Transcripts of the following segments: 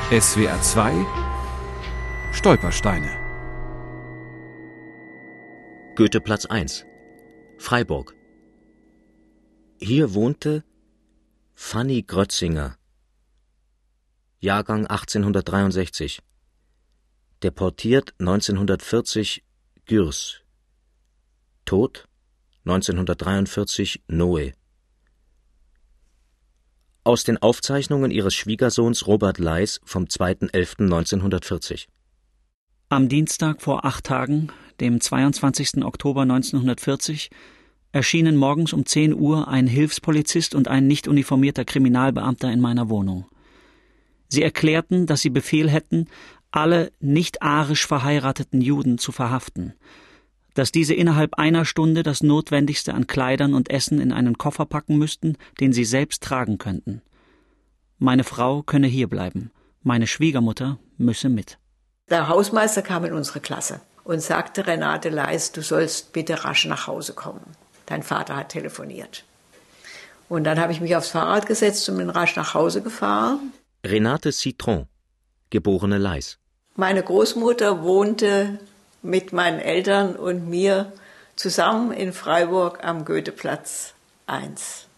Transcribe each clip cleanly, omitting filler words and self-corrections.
SWR 2 Stolpersteine. Goetheplatz 1, Freiburg. Hier wohnte Fanny Grötzinger, Jahrgang 1863, deportiert 1940 Gürs, Tod 1943 Noe. Aus den Aufzeichnungen ihres Schwiegersohns Robert Leis vom 2.11.1940. Am Dienstag vor 8 Tagen, dem 22. Oktober 1940, erschienen morgens um 10 Uhr ein Hilfspolizist und ein nicht uniformierter Kriminalbeamter in meiner Wohnung. Sie erklärten, dass sie Befehl hätten, alle nicht arisch verheirateten Juden zu verhaften, dass diese innerhalb einer Stunde das Notwendigste an Kleidern und Essen in einen Koffer packen müssten, den sie selbst tragen könnten. Meine Frau könne hierbleiben, meine Schwiegermutter müsse mit. Der Hausmeister kam in unsere Klasse und sagte, Renate Leis, du sollst bitte rasch nach Hause kommen. Dein Vater hat telefoniert. Und dann habe ich mich aufs Fahrrad gesetzt und bin rasch nach Hause gefahren. Renate Citron, geborene Leis. Meine Großmutter wohnte mit meinen Eltern und mir zusammen in Freiburg am Goetheplatz 1.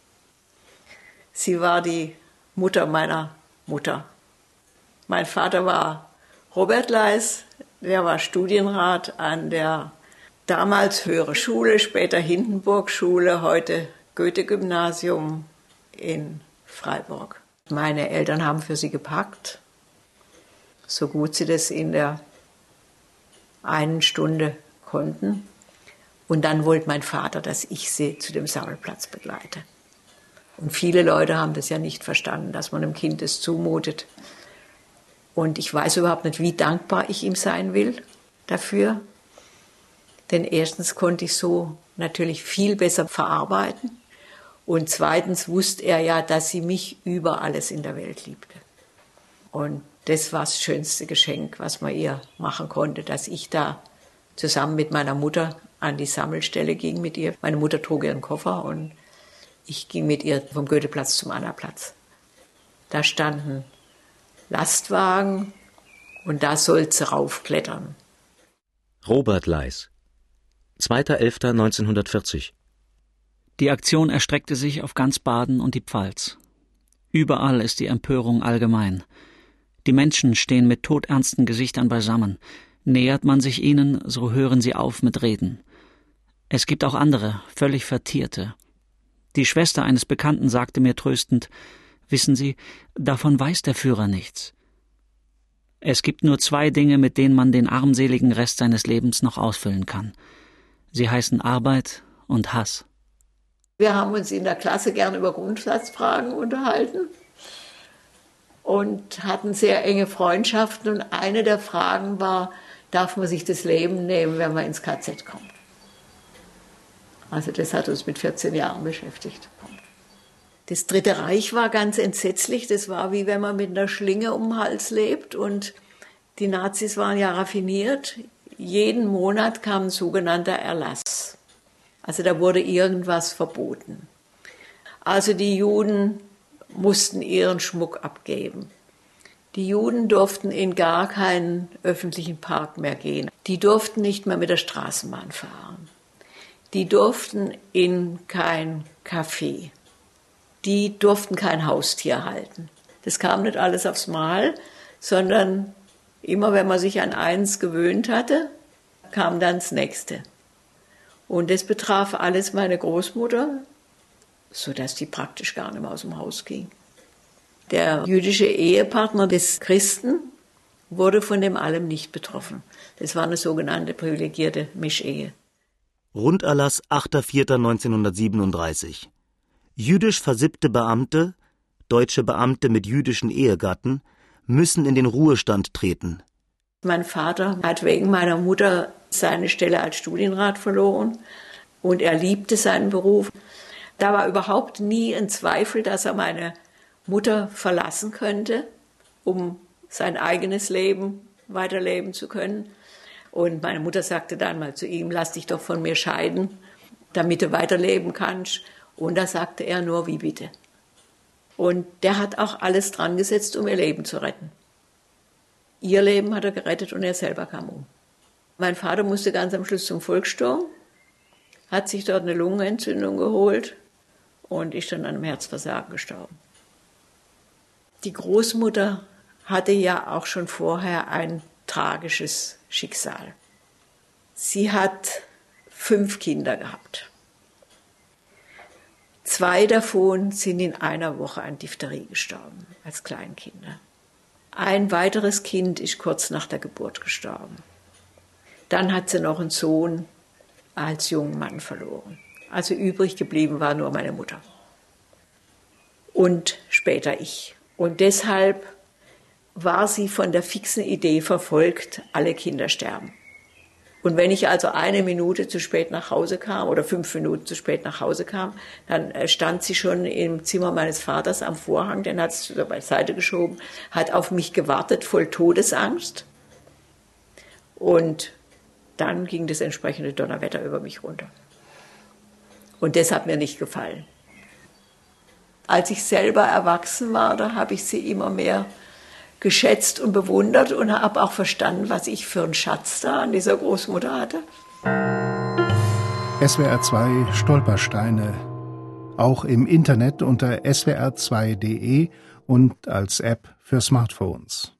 Sie war die Mutter meiner Mutter. Mein Vater war Robert Leis, der war Studienrat an der damals Höhere Schule, später Hindenburg-Schule, heute Goethe-Gymnasium in Freiburg. Meine Eltern haben für sie gepackt, so gut sie das in der einen Stunde konnten. Und dann wollte mein Vater, dass ich sie zu dem Sammelplatz begleite. Und viele Leute haben das ja nicht verstanden, dass man einem Kind das zumutet. Und ich weiß überhaupt nicht, wie dankbar ich ihm sein will dafür. Denn erstens konnte ich so natürlich viel besser verarbeiten. Und zweitens wusste er ja, dass sie mich über alles in der Welt liebte. Und das war das schönste Geschenk, was man ihr machen konnte, dass ich da zusammen mit meiner Mutter an die Sammelstelle ging mit ihr. Meine Mutter trug ihren Koffer und ich ging mit ihr vom Goetheplatz zum Annaplatz. Da standen Lastwagen und da sollte sie raufklettern. Robert Leis, 2.11.1940. Die Aktion erstreckte sich auf ganz Baden und die Pfalz. Überall ist die Empörung allgemein. Die Menschen stehen mit todernsten Gesichtern beisammen. Nähert man sich ihnen, so hören sie auf mit Reden. Es gibt auch andere, völlig Vertierte. Die Schwester eines Bekannten sagte mir tröstend, »Wissen Sie, davon weiß der Führer nichts.« Es gibt nur 2 Dinge, mit denen man den armseligen Rest seines Lebens noch ausfüllen kann. Sie heißen Arbeit und Hass. Wir haben uns in der Klasse gern über Grundsatzfragen unterhalten und hatten sehr enge Freundschaften. Und eine der Fragen war, darf man sich das Leben nehmen, wenn man ins KZ kommt? Also das hat uns mit 14 Jahren beschäftigt. Das Dritte Reich war ganz entsetzlich. Das war wie wenn man mit einer Schlinge um den Hals lebt. Und die Nazis waren ja raffiniert. Jeden Monat kam ein sogenannter Erlass. Also da wurde irgendwas verboten. Also die Juden mussten ihren Schmuck abgeben. Die Juden durften in gar keinen öffentlichen Park mehr gehen. Die durften nicht mehr mit der Straßenbahn fahren. Die durften in kein Café. Die durften kein Haustier halten. Das kam nicht alles aufs Mal, sondern immer wenn man sich an eins gewöhnt hatte, kam dann das Nächste. Und das betraf alles meine Großmutter, sodass die praktisch gar nicht mehr aus dem Haus ging. Der jüdische Ehepartner des Christen wurde von dem allem nicht betroffen. Das war eine sogenannte privilegierte Mischehe. Runderlass 8.4.1937. Jüdisch versippte Beamte, deutsche Beamte mit jüdischen Ehegatten, müssen in den Ruhestand treten. Mein Vater hat wegen meiner Mutter seine Stelle als Studienrat verloren und er liebte seinen Beruf. Da war überhaupt nie ein Zweifel, dass er meine Mutter verlassen könnte, um sein eigenes Leben weiterleben zu können. Und meine Mutter sagte dann mal zu ihm, lass dich doch von mir scheiden, damit du weiterleben kannst. Und da sagte er nur, wie bitte. Und der hat auch alles dran gesetzt, um ihr Leben zu retten. Ihr Leben hat er gerettet und er selber kam um. Mein Vater musste ganz am Schluss zum Volkssturm, hat sich dort eine Lungenentzündung geholt und ist dann an einem Herzversagen gestorben. Die Großmutter hatte ja auch schon vorher ein tragisches Schicksal. Sie hat 5 Kinder gehabt. 2 davon sind in einer Woche an Diphtherie gestorben, als Kleinkinder. Ein weiteres Kind ist kurz nach der Geburt gestorben. Dann hat sie noch einen Sohn als jungen Mann verloren. Also übrig geblieben war nur meine Mutter. Und später ich. Und deshalb war sie von der fixen Idee verfolgt, alle Kinder sterben. Und wenn ich also 1 Minute zu spät nach Hause kam oder 5 Minuten zu spät nach Hause kam, dann stand sie schon im Zimmer meines Vaters am Vorhang, den hat sie so beiseite geschoben, hat auf mich gewartet, voll Todesangst. Und dann ging das entsprechende Donnerwetter über mich runter. Und das hat mir nicht gefallen. Als ich selber erwachsen war, da habe ich sie immer mehr geschätzt und bewundert und habe auch verstanden, was ich für einen Schatz da an dieser Großmutter hatte. SWR 2 Stolpersteine. Auch im Internet unter swr2.de und als App für Smartphones.